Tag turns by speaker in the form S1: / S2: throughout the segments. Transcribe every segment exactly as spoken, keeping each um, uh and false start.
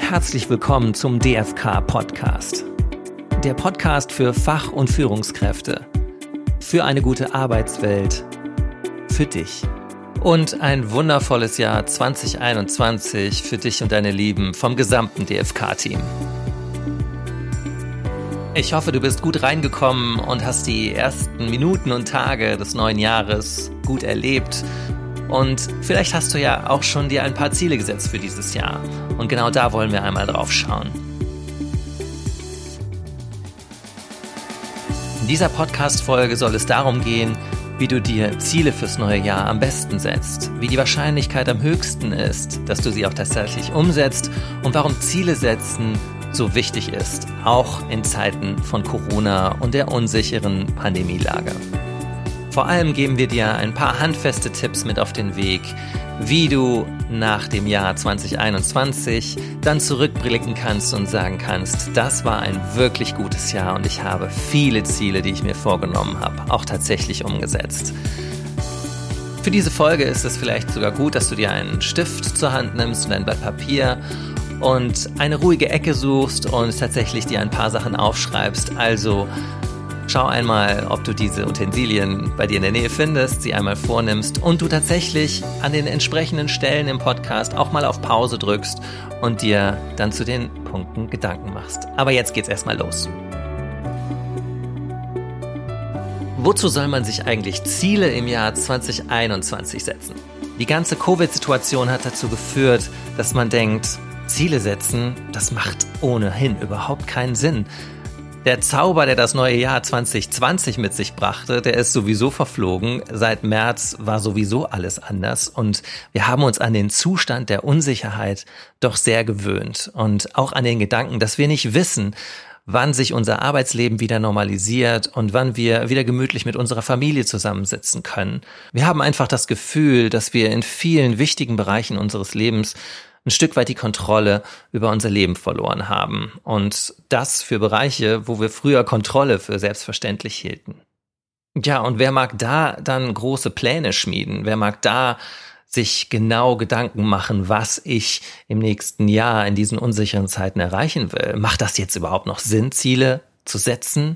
S1: herzlich willkommen zum D F K-Podcast. Der Podcast für Fach- und Führungskräfte. Für eine gute Arbeitswelt. Für dich. Und ein wundervolles Jahr zwanzig einundzwanzig für dich und deine Lieben vom gesamten D F K-Team. Ich hoffe, du bist gut reingekommen und hast die ersten Minuten und Tage des neuen Jahres gut erlebt. Und vielleicht hast du ja auch schon dir ein paar Ziele gesetzt für dieses Jahr. Und genau da wollen wir einmal drauf schauen. In dieser Podcast-Folge soll es darum gehen, wie du dir Ziele fürs neue Jahr am besten setzt, wie die Wahrscheinlichkeit am höchsten ist, dass du sie auch tatsächlich umsetzt und warum Ziele setzen so wichtig ist, auch in Zeiten von Corona und der unsicheren Pandemielage. Vor allem geben wir dir ein paar handfeste Tipps mit auf den Weg, wie du nach dem Jahr zwanzig einundzwanzig dann zurückblicken kannst und sagen kannst, das war ein wirklich gutes Jahr und ich habe viele Ziele, die ich mir vorgenommen habe, auch tatsächlich umgesetzt. Für diese Folge ist es vielleicht sogar gut, dass du dir einen Stift zur Hand nimmst und ein Blatt Papier und eine ruhige Ecke suchst und tatsächlich dir ein paar Sachen aufschreibst. Also schau einmal, ob du diese Utensilien bei dir in der Nähe findest, sie einmal vornimmst und du tatsächlich an den entsprechenden Stellen im Podcast auch mal auf Pause drückst und dir dann zu den Punkten Gedanken machst. Aber jetzt geht's erstmal los. Wozu soll man sich eigentlich Ziele im Jahr zwanzig einundzwanzig setzen? Die ganze Covid-Situation hat dazu geführt, dass man denkt, Ziele setzen, das macht ohnehin überhaupt keinen Sinn. Der Zauber, der das neue Jahr zwanzig zwanzig mit sich brachte, der ist sowieso verflogen. Seit März war sowieso alles anders und wir haben uns an den Zustand der Unsicherheit doch sehr gewöhnt und auch an den Gedanken, dass wir nicht wissen, wann sich unser Arbeitsleben wieder normalisiert und wann wir wieder gemütlich mit unserer Familie zusammensitzen können. Wir haben einfach das Gefühl, dass wir in vielen wichtigen Bereichen unseres Lebens ein Stück weit die Kontrolle über unser Leben verloren haben. Und das für Bereiche, wo wir früher Kontrolle für selbstverständlich hielten. Ja, und wer mag da dann große Pläne schmieden? Wer mag da sich genau Gedanken machen, was ich im nächsten Jahr in diesen unsicheren Zeiten erreichen will? Macht das jetzt überhaupt noch Sinn, Ziele zu setzen?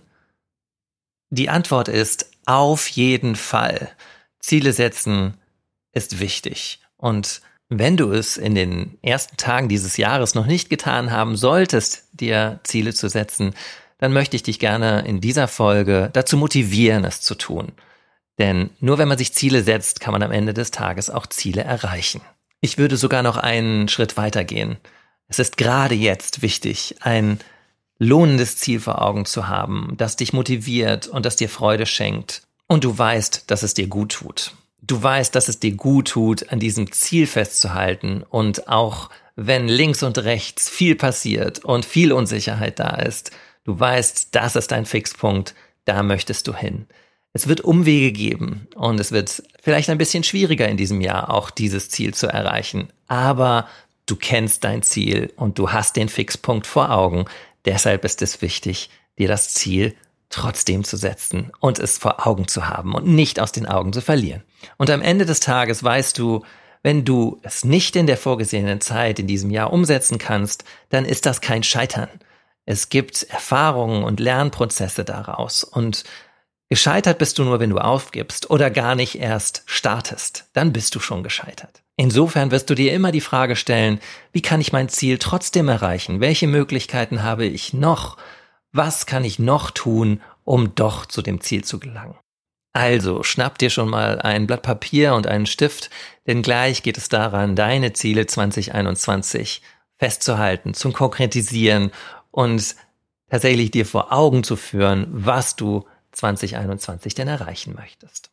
S1: Die Antwort ist auf jeden Fall. Ziele setzen ist wichtig. Und wenn du es in den ersten Tagen dieses Jahres noch nicht getan haben solltest, dir Ziele zu setzen, dann möchte ich dich gerne in dieser Folge dazu motivieren, es zu tun. Denn nur wenn man sich Ziele setzt, kann man am Ende des Tages auch Ziele erreichen. Ich würde sogar noch einen Schritt weiter gehen. Es ist gerade jetzt wichtig, ein lohnendes Ziel vor Augen zu haben, das dich motiviert und das dir Freude schenkt. Und du weißt, dass es dir gut tut. Du weißt, dass es dir gut tut, an diesem Ziel festzuhalten und auch wenn links und rechts viel passiert und viel Unsicherheit da ist, du weißt, das ist dein Fixpunkt, da möchtest du hin. Es wird Umwege geben und es wird vielleicht ein bisschen schwieriger in diesem Jahr auch dieses Ziel zu erreichen, aber du kennst dein Ziel und du hast den Fixpunkt vor Augen, deshalb ist es wichtig, dir das Ziel trotzdem zu setzen und es vor Augen zu haben und nicht aus den Augen zu verlieren. Und am Ende des Tages weißt du, wenn du es nicht in der vorgesehenen Zeit in diesem Jahr umsetzen kannst, dann ist das kein Scheitern. Es gibt Erfahrungen und Lernprozesse daraus und gescheitert bist du nur, wenn du aufgibst oder gar nicht erst startest. Dann bist du schon gescheitert. Insofern wirst du dir immer die Frage stellen, wie kann ich mein Ziel trotzdem erreichen? Welche Möglichkeiten habe ich noch? Was kann ich noch tun, um doch zu dem Ziel zu gelangen? Also, schnapp dir schon mal ein Blatt Papier und einen Stift, denn gleich geht es daran, deine Ziele zwanzig einundzwanzig festzuhalten, zu konkretisieren und tatsächlich dir vor Augen zu führen, was du zwanzig einundzwanzig denn erreichen möchtest.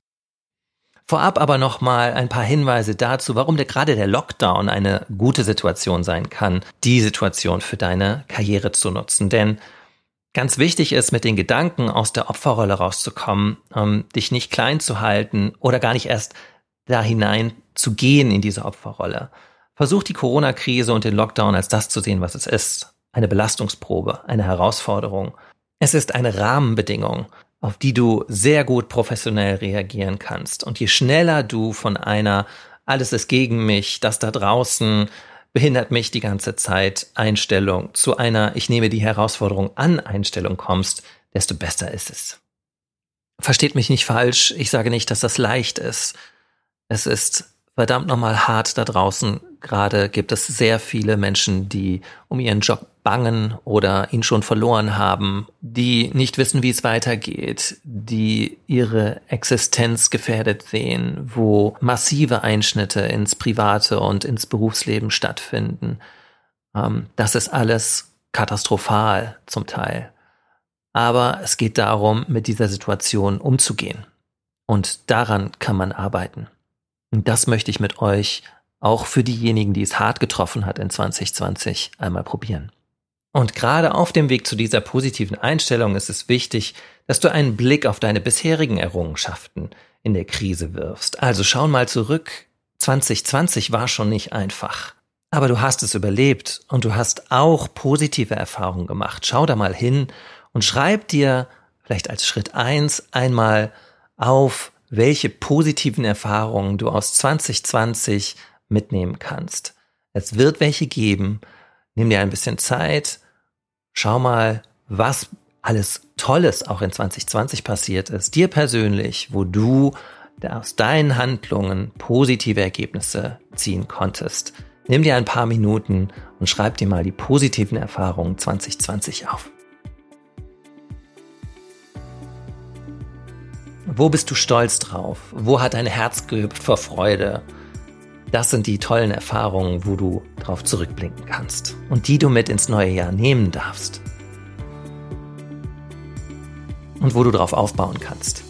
S1: Vorab aber nochmal ein paar Hinweise dazu, warum der, gerade der Lockdown eine gute Situation sein kann, die Situation für deine Karriere zu nutzen, denn ganz wichtig ist, mit den Gedanken aus der Opferrolle rauszukommen, ähm, dich nicht klein zu halten oder gar nicht erst da hinein zu gehen in diese Opferrolle. Versuch die Corona-Krise und den Lockdown als das zu sehen, was es ist. Eine Belastungsprobe, eine Herausforderung. Es ist eine Rahmenbedingung, auf die du sehr gut professionell reagieren kannst. Und je schneller du von einer alles ist gegen mich, das da draußen behindert mich die ganze Zeit Einstellung zu einer Ich nehme die Herausforderung an Einstellung kommst, desto besser ist es. Versteht mich nicht falsch, ich sage nicht, dass das leicht ist. Es ist verdammt nochmal hart da draußen. Gerade gibt es sehr viele Menschen, die um ihren Job bangen oder ihn schon verloren haben, die nicht wissen, wie es weitergeht, die ihre Existenz gefährdet sehen, wo massive Einschnitte ins private und ins Berufsleben stattfinden. Das ist alles katastrophal zum Teil. Aber es geht darum, mit dieser Situation umzugehen. Und daran kann man arbeiten. Und das möchte ich mit euch auch für diejenigen, die es hart getroffen hat in zwanzig zwanzig, einmal probieren. Und gerade auf dem Weg zu dieser positiven Einstellung ist es wichtig, dass du einen Blick auf deine bisherigen Errungenschaften in der Krise wirfst. Also schau mal zurück. zwanzig zwanzig war schon nicht einfach. Aber du hast es überlebt und du hast auch positive Erfahrungen gemacht. Schau da mal hin und schreib dir vielleicht als Schritt eins einmal auf, welche positiven Erfahrungen du aus zwanzig zwanzig mitnehmen kannst. Es wird welche geben. Nimm dir ein bisschen Zeit. Schau mal, was alles Tolles auch in zwanzig zwanzig passiert ist, dir persönlich, wo du aus deinen Handlungen positive Ergebnisse ziehen konntest. Nimm dir ein paar Minuten und schreib dir mal die positiven Erfahrungen zwanzig zwanzig auf. Wo bist du stolz drauf? Wo hat dein Herz gehüpft vor Freude? Das sind die tollen Erfahrungen, wo du drauf zurückblicken kannst und die du mit ins neue Jahr nehmen darfst. Und wo du drauf aufbauen kannst.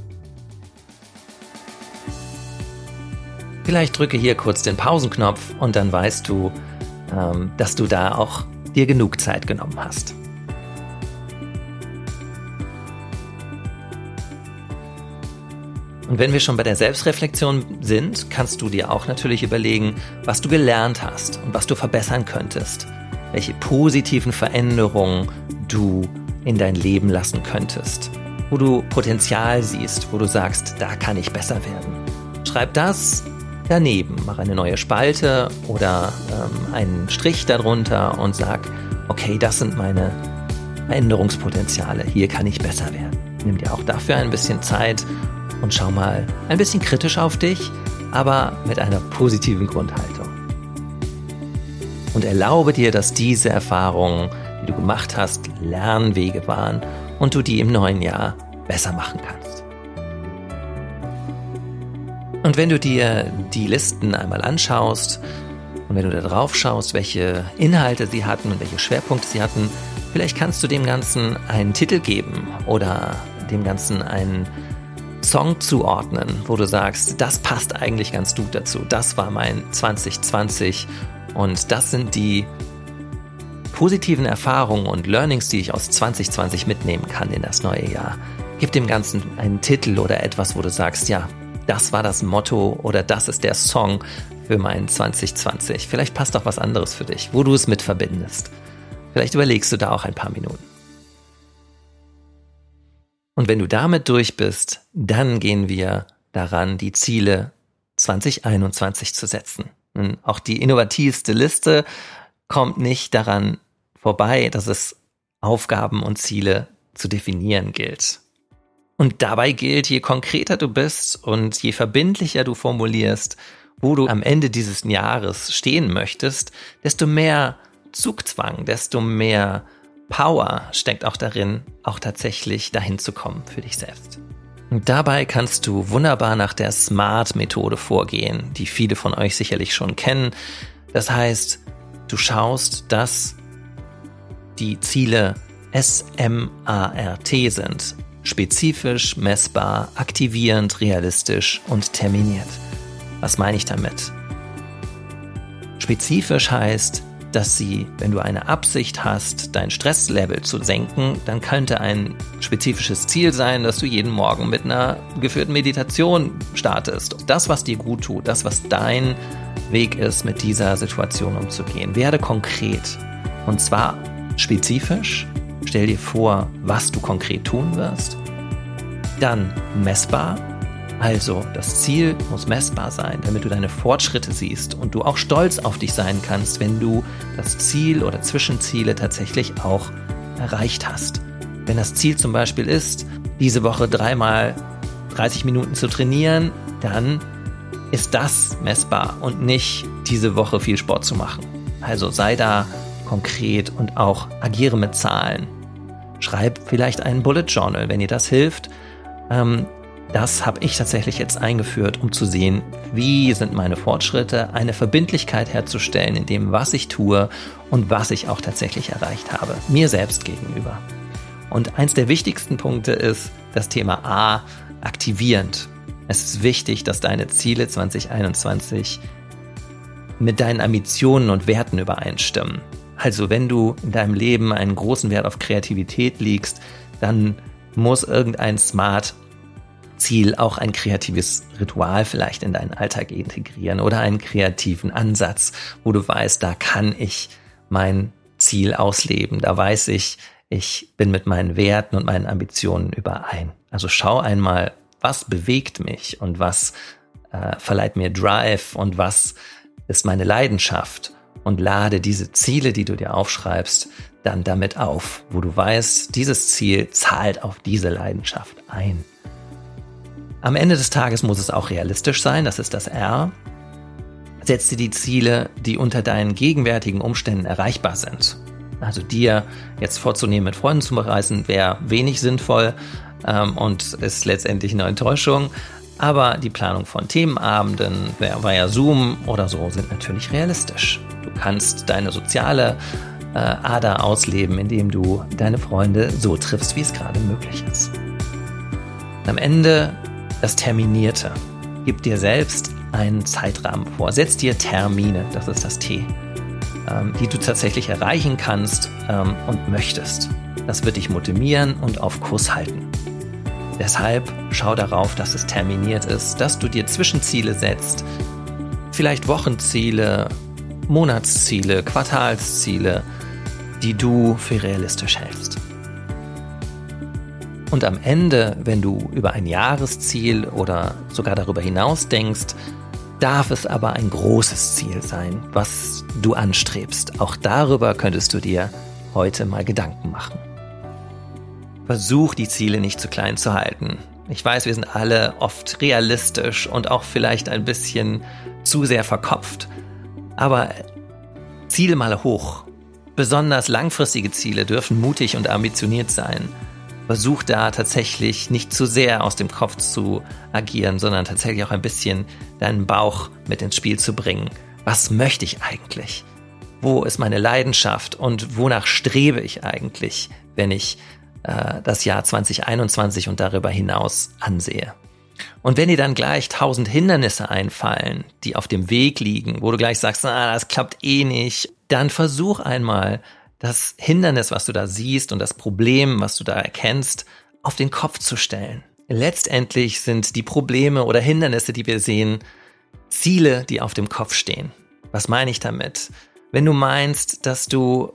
S1: Vielleicht drücke hier kurz den Pausenknopf und dann weißt du, ähm, dass du da auch dir genug Zeit genommen hast. Und wenn wir schon bei der Selbstreflexion sind, kannst du dir auch natürlich überlegen, was du gelernt hast und was du verbessern könntest, welche positiven Veränderungen du in dein Leben lassen könntest, wo du Potenzial siehst, wo du sagst, da kann ich besser werden. Schreib das daneben, mach eine neue Spalte oder ähm, einen Strich darunter und sag, okay, das sind meine Veränderungspotenziale, hier kann ich besser werden. Nimm dir auch dafür ein bisschen Zeit und schau mal ein bisschen kritisch auf dich, aber mit einer positiven Grundhaltung. Und erlaube dir, dass diese Erfahrungen, die du gemacht hast, Lernwege waren und du die im neuen Jahr besser machen kannst. Und wenn du dir die Listen einmal anschaust und wenn du da drauf schaust, welche Inhalte sie hatten und welche Schwerpunkte sie hatten, vielleicht kannst du dem Ganzen einen Titel geben oder dem Ganzen einen Song zuordnen, wo du sagst, das passt eigentlich ganz gut dazu. Das war mein zwanzig zwanzig und das sind die positiven Erfahrungen und Learnings, die ich aus zwanzig zwanzig mitnehmen kann in das neue Jahr. Gib dem Ganzen einen Titel oder etwas, wo du sagst, ja, das war das Motto oder das ist der Song für mein zwanzig zwanzig. Vielleicht passt auch was anderes für dich, wo du es mit verbindest. Vielleicht überlegst du da auch ein paar Minuten. Und wenn du damit durch bist, dann gehen wir daran, die Ziele zwanzig einundzwanzig zu setzen. Und auch die innovativste Liste kommt nicht daran vorbei, dass es Aufgaben und Ziele zu definieren gilt. Und dabei gilt, je konkreter du bist und je verbindlicher du formulierst, wo du am Ende dieses Jahres stehen möchtest, desto mehr Zugzwang, desto mehr Power steckt auch darin, auch tatsächlich dahin zu kommen für dich selbst. Und dabei kannst du wunderbar nach der SMART-Methode vorgehen, die viele von euch sicherlich schon kennen. Das heißt, du schaust, dass die Ziele S M A R T sind. Spezifisch, messbar, aktivierend, realistisch und terminiert. Was meine ich damit? Spezifisch heißt, dass sie, wenn du eine Absicht hast, dein Stresslevel zu senken, dann könnte ein spezifisches Ziel sein, dass du jeden Morgen mit einer geführten Meditation startest. Das, was dir gut tut, das, was dein Weg ist, mit dieser Situation umzugehen. Werde konkret. Und zwar spezifisch. Stell dir vor, was du konkret tun wirst. Dann messbar. Also, das Ziel muss messbar sein, damit du deine Fortschritte siehst und du auch stolz auf dich sein kannst, wenn du das Ziel oder Zwischenziele tatsächlich auch erreicht hast. Wenn das Ziel zum Beispiel ist, diese Woche dreimal dreißig Minuten zu trainieren, dann ist das messbar und nicht diese Woche viel Sport zu machen. Also sei da konkret und auch agiere mit Zahlen. Schreib vielleicht einen Bullet Journal, wenn dir das hilft. Ähm, das habe ich tatsächlich jetzt eingeführt, um zu sehen, wie sind meine Fortschritte, eine Verbindlichkeit herzustellen in dem, was ich tue und was ich auch tatsächlich erreicht habe, mir selbst gegenüber. Und eins der wichtigsten Punkte ist das Thema A, aktivierend. Es ist wichtig, dass deine Ziele zwanzig einundzwanzig mit deinen Ambitionen und Werten übereinstimmen. Also wenn du in deinem Leben einen großen Wert auf Kreativität legst, dann muss irgendein Smart-Ziel auch ein kreatives Ritual vielleicht in deinen Alltag integrieren oder einen kreativen Ansatz, wo du weißt, da kann ich mein Ziel ausleben. Da weiß ich, ich bin mit meinen Werten und meinen Ambitionen überein. Also schau einmal, was bewegt mich und was äh, verleiht mir Drive und was ist meine Leidenschaft und lade diese Ziele, die du dir aufschreibst, dann damit auf, wo du weißt, dieses Ziel zahlt auf diese Leidenschaft ein. Am Ende des Tages muss es auch realistisch sein, das ist das R. Setz dir die Ziele, die unter deinen gegenwärtigen Umständen erreichbar sind. Also dir jetzt vorzunehmen, mit Freunden zu reisen, wäre wenig sinnvoll ähm, und ist letztendlich eine Enttäuschung. Aber die Planung von Themenabenden via Zoom oder so sind natürlich realistisch. Du kannst deine soziale äh, Ader ausleben, indem du deine Freunde so triffst, wie es gerade möglich ist. Und am Ende das Terminierte. Gib dir selbst einen Zeitrahmen vor. Setz dir Termine, das ist das T, ähm, die du tatsächlich erreichen kannst ähm, und möchtest. Das wird dich motivieren und auf Kurs halten. Deshalb schau darauf, dass es terminiert ist, dass du dir Zwischenziele setzt, vielleicht Wochenziele, Monatsziele, Quartalsziele, die du für realistisch hältst. Und am Ende, wenn du über ein Jahresziel oder sogar darüber hinaus denkst, darf es aber ein großes Ziel sein, was du anstrebst. Auch darüber könntest du dir heute mal Gedanken machen. Versuch, die Ziele nicht zu klein zu halten. Ich weiß, wir sind alle oft realistisch und auch vielleicht ein bisschen zu sehr verkopft. Aber Ziele mal hoch. Besonders langfristige Ziele dürfen mutig und ambitioniert sein. Versuch da tatsächlich nicht zu sehr aus dem Kopf zu agieren, sondern tatsächlich auch ein bisschen deinen Bauch mit ins Spiel zu bringen. Was möchte ich eigentlich? Wo ist meine Leidenschaft und wonach strebe ich eigentlich, wenn ich das Jahr zwanzig einundzwanzig und darüber hinaus ansehe. Und wenn dir dann gleich tausend Hindernisse einfallen, die auf dem Weg liegen, wo du gleich sagst, ah, das klappt eh nicht, dann versuch einmal, das Hindernis, was du da siehst und das Problem, was du da erkennst, auf den Kopf zu stellen. Letztendlich sind die Probleme oder Hindernisse, die wir sehen, Ziele, die auf dem Kopf stehen. Was meine ich damit? Wenn du meinst, dass du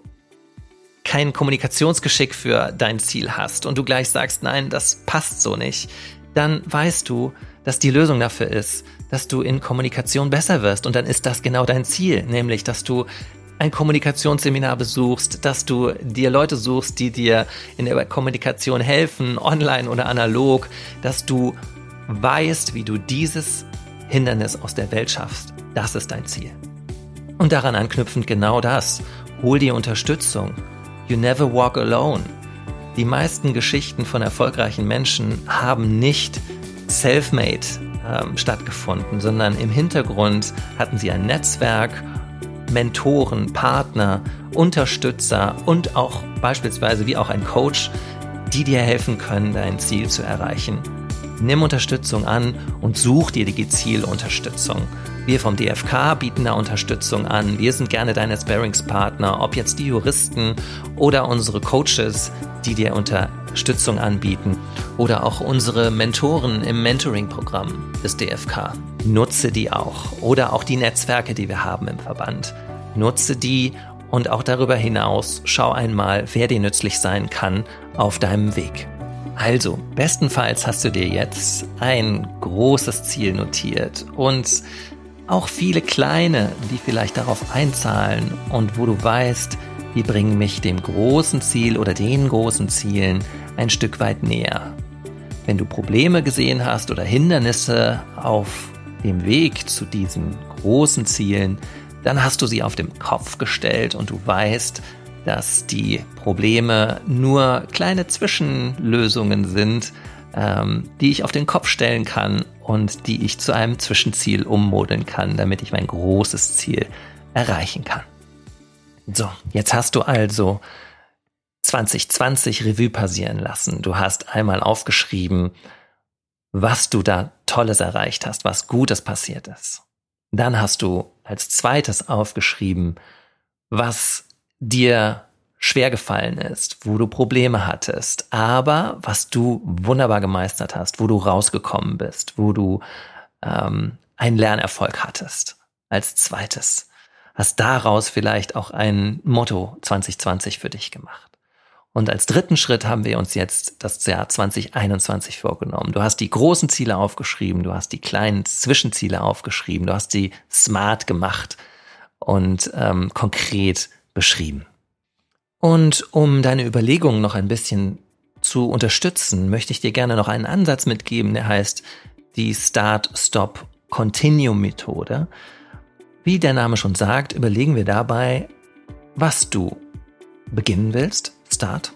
S1: kein Kommunikationsgeschick für dein Ziel hast und du gleich sagst, nein, das passt so nicht, dann weißt du, dass die Lösung dafür ist, dass du in Kommunikation besser wirst und dann ist das genau dein Ziel, nämlich, dass du ein Kommunikationsseminar besuchst, dass du dir Leute suchst, die dir in der Kommunikation helfen, online oder analog, dass du weißt, wie du dieses Hindernis aus der Welt schaffst. Das ist dein Ziel. Und daran anknüpfend genau das. Hol dir Unterstützung. You never walk alone. Die meisten Geschichten von erfolgreichen Menschen haben nicht self-made ähm, stattgefunden, sondern im Hintergrund hatten sie ein Netzwerk, Mentoren, Partner, Unterstützer und auch beispielsweise wie auch ein Coach, die dir helfen können, dein Ziel zu erreichen. Nimm Unterstützung an und such dir die gezielte Unterstützung. Wir vom D F K bieten da Unterstützung an. Wir sind gerne deine Sparringspartner, ob jetzt die Juristen oder unsere Coaches, die dir Unterstützung anbieten oder auch unsere Mentoren im Mentoring-Programm des D F K. Nutze die auch oder auch die Netzwerke, die wir haben im Verband. Nutze die und auch darüber hinaus schau einmal, wer dir nützlich sein kann auf deinem Weg. Also, bestenfalls hast du dir jetzt ein großes Ziel notiert und auch viele kleine, die vielleicht darauf einzahlen und wo du weißt, die bringen mich dem großen Ziel oder den großen Zielen ein Stück weit näher. Wenn du Probleme gesehen hast oder Hindernisse auf dem Weg zu diesen großen Zielen, dann hast du sie auf den Kopf gestellt und du weißt, dass die Probleme nur kleine Zwischenlösungen sind, ähm, die ich auf den Kopf stellen kann und die ich zu einem Zwischenziel ummodeln kann, damit ich mein großes Ziel erreichen kann. So, jetzt hast du also zwanzig zwanzig Revue passieren lassen. Du hast einmal aufgeschrieben, was du da Tolles erreicht hast, was Gutes passiert ist. Dann hast du als zweites aufgeschrieben, was dir schwer gefallen ist, wo du Probleme hattest, aber was du wunderbar gemeistert hast, wo du rausgekommen bist, wo du ähm, einen Lernerfolg hattest. Als zweites hast daraus vielleicht auch ein Motto zwanzig zwanzig für dich gemacht. Und als dritten Schritt haben wir uns jetzt das Jahr zwanzig einundzwanzig vorgenommen. Du hast die großen Ziele aufgeschrieben, du hast die kleinen Zwischenziele aufgeschrieben, du hast sie smart gemacht und ähm, konkret beschrieben. Und um deine Überlegungen noch ein bisschen zu unterstützen, möchte ich dir gerne noch einen Ansatz mitgeben, der heißt die Start-Stop-Continue-Methode. Wie der Name schon sagt, überlegen wir dabei, was du beginnen willst, Start,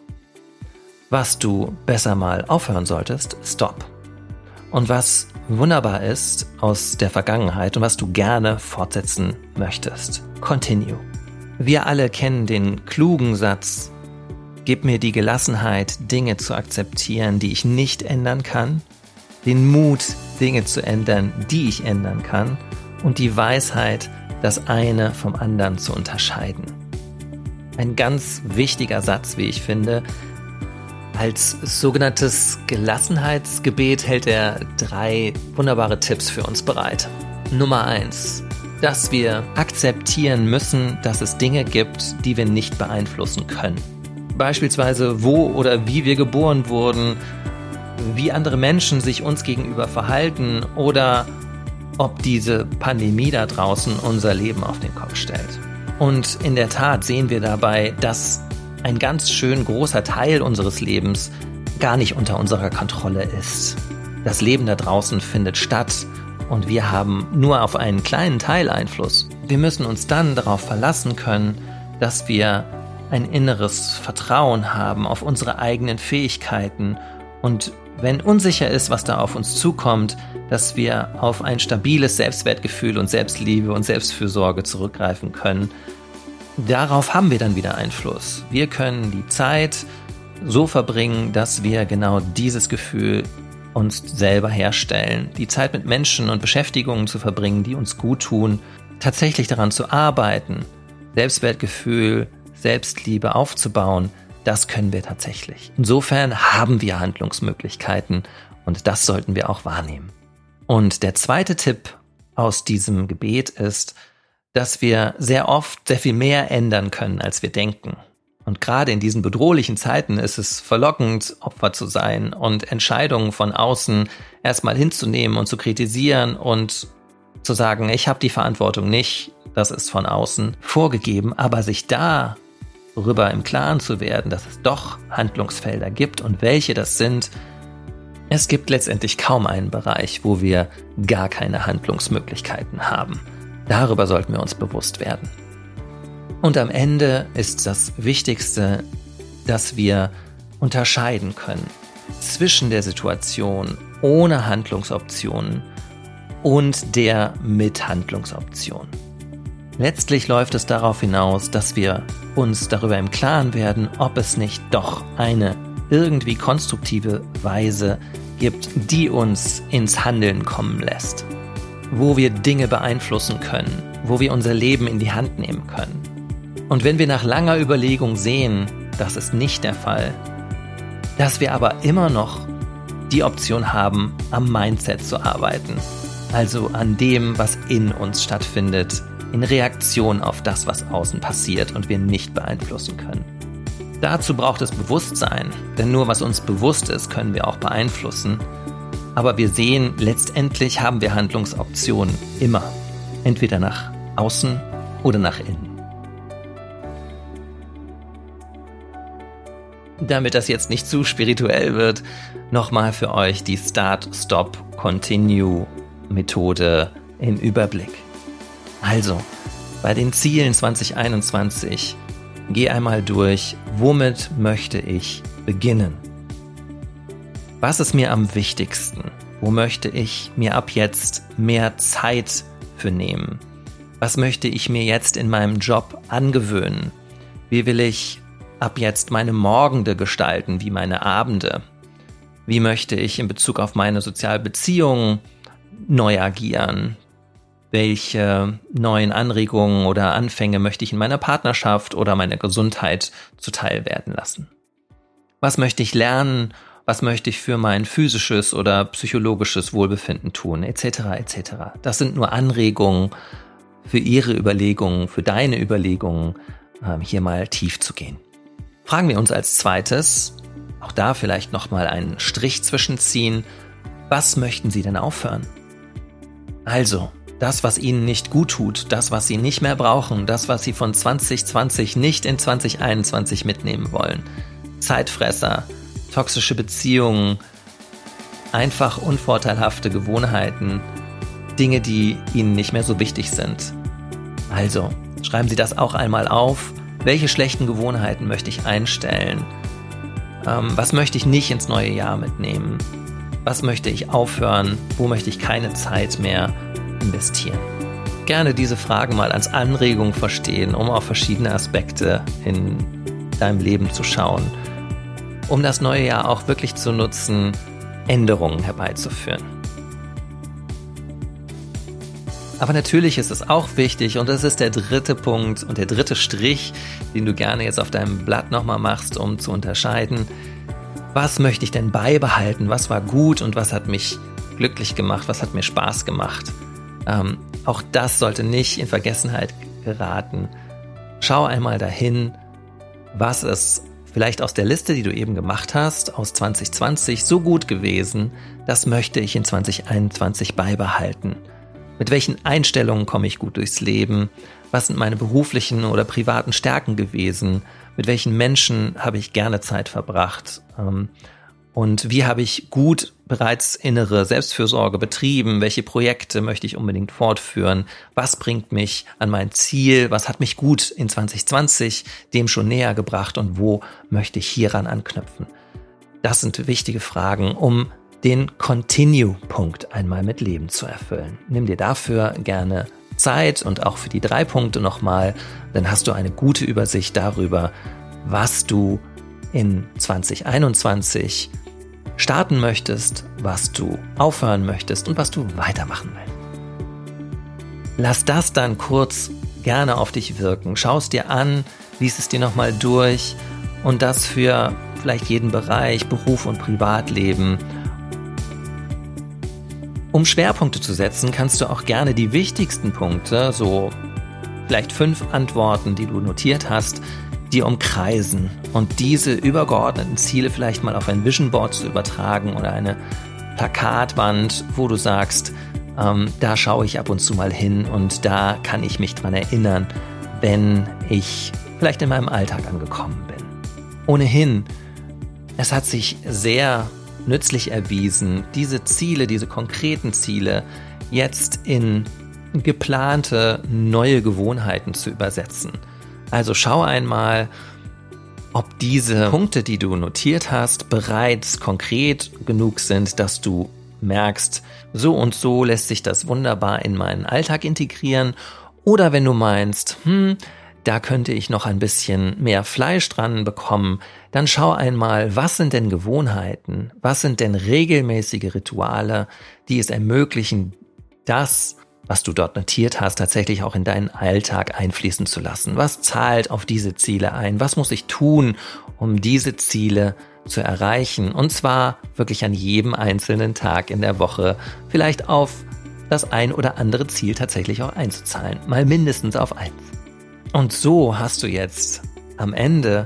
S1: was du besser mal aufhören solltest, Stop, und was wunderbar ist aus der Vergangenheit und was du gerne fortsetzen möchtest, Continue. Wir alle kennen den klugen Satz, gib mir die Gelassenheit, Dinge zu akzeptieren, die ich nicht ändern kann, den Mut, Dinge zu ändern, die ich ändern kann, und die Weisheit, das eine vom anderen zu unterscheiden. Ein ganz wichtiger Satz, wie ich finde. Als sogenanntes Gelassenheitsgebet hält er drei wunderbare Tipps für uns bereit. Nummer eins. Dass wir akzeptieren müssen, dass es Dinge gibt, die wir nicht beeinflussen können. Beispielsweise, wo oder wie wir geboren wurden, wie andere Menschen sich uns gegenüber verhalten oder ob diese Pandemie da draußen unser Leben auf den Kopf stellt. Und in der Tat sehen wir dabei, dass ein ganz schön großer Teil unseres Lebens gar nicht unter unserer Kontrolle ist. Das Leben da draußen findet statt. Und wir haben nur auf einen kleinen Teil Einfluss. Wir müssen uns dann darauf verlassen können, dass wir ein inneres Vertrauen haben auf unsere eigenen Fähigkeiten und wenn unsicher ist, was da auf uns zukommt, dass wir auf ein stabiles Selbstwertgefühl und Selbstliebe und Selbstfürsorge zurückgreifen können. Darauf haben wir dann wieder Einfluss. Wir können die Zeit so verbringen, dass wir genau dieses Gefühl uns selber herstellen, die Zeit mit Menschen und Beschäftigungen zu verbringen, die uns gut tun, tatsächlich daran zu arbeiten, Selbstwertgefühl, Selbstliebe aufzubauen, das können wir tatsächlich. Insofern haben wir Handlungsmöglichkeiten und das sollten wir auch wahrnehmen. Und der zweite Tipp aus diesem Gebet ist, dass wir sehr oft sehr viel mehr ändern können, als wir denken. Und gerade in diesen bedrohlichen Zeiten ist es verlockend, Opfer zu sein und Entscheidungen von außen erstmal hinzunehmen und zu kritisieren und zu sagen, ich habe die Verantwortung nicht, das ist von außen vorgegeben, aber sich darüber im Klaren zu werden, dass es doch Handlungsfelder gibt und welche das sind. Es gibt letztendlich kaum einen Bereich, wo wir gar keine Handlungsmöglichkeiten haben. Darüber sollten wir uns bewusst werden. Und am Ende ist das Wichtigste, dass wir unterscheiden können zwischen der Situation ohne Handlungsoptionen und der mit Handlungsoption. Letztlich läuft es darauf hinaus, dass wir uns darüber im Klaren werden, ob es nicht doch eine irgendwie konstruktive Weise gibt, die uns ins Handeln kommen lässt, wo wir Dinge beeinflussen können, wo wir unser Leben in die Hand nehmen können. Und wenn wir nach langer Überlegung sehen, das ist nicht der Fall, dass wir aber immer noch die Option haben, am Mindset zu arbeiten, also an dem, was in uns stattfindet, in Reaktion auf das, was außen passiert und wir nicht beeinflussen können. Dazu braucht es Bewusstsein, denn nur was uns bewusst ist, können wir auch beeinflussen. Aber wir sehen, letztendlich haben wir Handlungsoptionen immer. Entweder nach außen oder nach innen. Damit das jetzt nicht zu spirituell wird, nochmal für euch die Start-Stop-Continue-Methode im Überblick. Also, bei den Zielen zwanzig einundzwanzig, geh einmal durch, womit möchte ich beginnen? Was ist mir am wichtigsten? Wo möchte ich mir ab jetzt mehr Zeit für nehmen? Was möchte ich mir jetzt in meinem Job angewöhnen? Wie will ich ab jetzt meine Morgende gestalten, wie meine Abende? Wie möchte ich in Bezug auf meine sozialen Beziehungen neu agieren? Welche neuen Anregungen oder Anfänge möchte ich in meiner Partnerschaft oder meiner Gesundheit zuteil werden lassen? Was möchte ich lernen? Was möchte ich für mein physisches oder psychologisches Wohlbefinden tun? Etc. et cetera. Das sind nur Anregungen für Ihre Überlegungen, für deine Überlegungen, hier mal tief zu gehen. Fragen wir uns als zweites, auch da vielleicht nochmal einen Strich zwischenziehen, was möchten Sie denn aufhören? Also, das, was Ihnen nicht gut tut, das, was Sie nicht mehr brauchen, das, was Sie von zwanzig zwanzig nicht in zwanzig einundzwanzig mitnehmen wollen. Zeitfresser, toxische Beziehungen, einfach unvorteilhafte Gewohnheiten, Dinge, die Ihnen nicht mehr so wichtig sind. Also, schreiben Sie das auch einmal auf. Welche schlechten Gewohnheiten möchte ich einstellen? Ähm, was möchte ich nicht ins neue Jahr mitnehmen? Was möchte ich aufhören? Wo möchte ich keine Zeit mehr investieren? Gerne diese Fragen mal als Anregung verstehen, um auf verschiedene Aspekte in deinem Leben zu schauen, um das neue Jahr auch wirklich zu nutzen, Änderungen herbeizuführen. Aber natürlich ist es auch wichtig, und das ist der dritte Punkt und der dritte Strich, den du gerne jetzt auf deinem Blatt nochmal machst, um zu unterscheiden, was möchte ich denn beibehalten, was war gut und was hat mich glücklich gemacht, was hat mir Spaß gemacht. Ähm, auch das sollte nicht in Vergessenheit geraten. Schau einmal dahin, was ist vielleicht aus der Liste, die du eben gemacht hast, aus zwanzig zwanzig so gut gewesen, das möchte ich in zwanzig einundzwanzig beibehalten. Mit welchen Einstellungen komme ich gut durchs Leben? Was sind meine beruflichen oder privaten Stärken gewesen? Mit welchen Menschen habe ich gerne Zeit verbracht? Und wie habe ich gut bereits innere Selbstfürsorge betrieben? Welche Projekte möchte ich unbedingt fortführen? Was bringt mich an mein Ziel? Was hat mich gut in zwanzig zwanzig dem schon näher gebracht? Und wo möchte ich hieran anknüpfen? Das sind wichtige Fragen, um den Continue-Punkt einmal mit Leben zu erfüllen. Nimm dir dafür gerne Zeit und auch für die drei Punkte nochmal, dann hast du eine gute Übersicht darüber, was du in zwanzig einundzwanzig starten möchtest, was du aufhören möchtest und was du weitermachen willst. Lass das dann kurz gerne auf dich wirken. Schau es dir an, lies es dir nochmal durch und das für vielleicht jeden Bereich, Beruf und Privatleben. Um Schwerpunkte zu setzen, kannst du auch gerne die wichtigsten Punkte, so vielleicht fünf Antworten, die du notiert hast, die umkreisen und diese übergeordneten Ziele vielleicht mal auf ein Vision Board zu übertragen oder eine Plakatwand, wo du sagst, ähm, da schaue ich ab und zu mal hin und da kann ich mich dran erinnern, wenn ich vielleicht in meinem Alltag angekommen bin. Ohnehin, es hat sich sehr nützlich erwiesen, diese Ziele, diese konkreten Ziele jetzt in geplante neue Gewohnheiten zu übersetzen. Also schau einmal, ob diese Punkte, die du notiert hast, bereits konkret genug sind, dass du merkst, so und so lässt sich das wunderbar in meinen Alltag integrieren. Oder wenn du meinst, hm, da könnte ich noch ein bisschen mehr Fleisch dran bekommen, dann schau einmal, was sind denn Gewohnheiten, was sind denn regelmäßige Rituale, die es ermöglichen, das, was du dort notiert hast, tatsächlich auch in deinen Alltag einfließen zu lassen. Was zahlt auf diese Ziele ein? Was muss ich tun, um diese Ziele zu erreichen? Und zwar wirklich an jedem einzelnen Tag in der Woche, vielleicht auf das ein oder andere Ziel tatsächlich auch einzuzahlen, mal mindestens auf eins. Und so hast du jetzt am Ende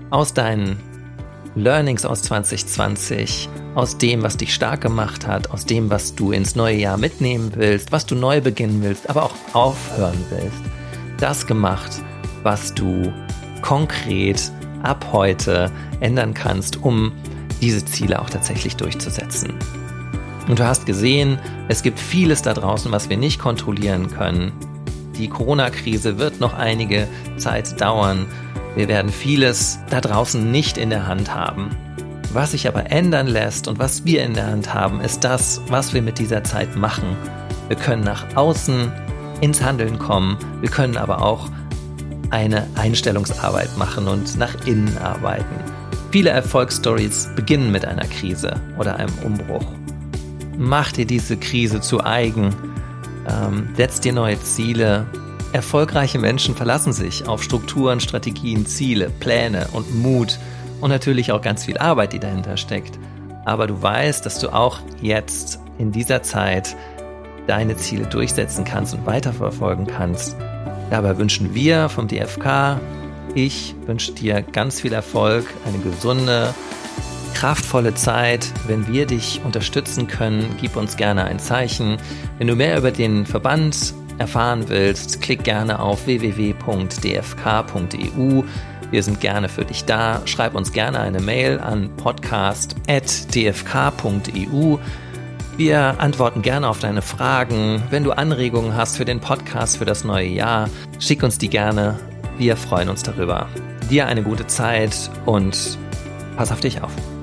S1: aus deinen Learnings aus zwanzig zwanzig, aus dem, was dich stark gemacht hat, aus dem, was du ins neue Jahr mitnehmen willst, was du neu beginnen willst, aber auch aufhören willst, das gemacht, was du konkret ab heute ändern kannst, um diese Ziele auch tatsächlich durchzusetzen. Und du hast gesehen, es gibt vieles da draußen, was wir nicht kontrollieren können. Die Corona-Krise wird noch einige Zeit dauern. Wir werden vieles da draußen nicht in der Hand haben. Was sich aber ändern lässt und was wir in der Hand haben, ist das, was wir mit dieser Zeit machen. Wir können nach außen ins Handeln kommen, wir können aber auch eine Einstellungsarbeit machen und nach innen arbeiten. Viele Erfolgsstories beginnen mit einer Krise oder einem Umbruch. Mach dir diese Krise zu eigen, ähm, setz dir neue Ziele. Erfolgreiche Menschen verlassen sich auf Strukturen, Strategien, Ziele, Pläne und Mut und natürlich auch ganz viel Arbeit, die dahinter steckt. Aber du weißt, dass du auch jetzt in dieser Zeit deine Ziele durchsetzen kannst und weiterverfolgen kannst. Dabei wünschen wir vom D F K, ich wünsche dir ganz viel Erfolg, eine gesunde, kraftvolle Zeit. Wenn wir dich unterstützen können, gib uns gerne ein Zeichen. Wenn du mehr über den Verband erfahren willst, klick gerne auf w w w punkt d f k punkt e u. Wir sind gerne für dich da. Schreib uns gerne eine Mail an podcast at d f k punkt e u. Wir antworten gerne auf deine Fragen. Wenn du Anregungen hast für den Podcast für das neue Jahr, schick uns die gerne. Wir freuen uns darüber. Dir eine gute Zeit und pass auf dich auf.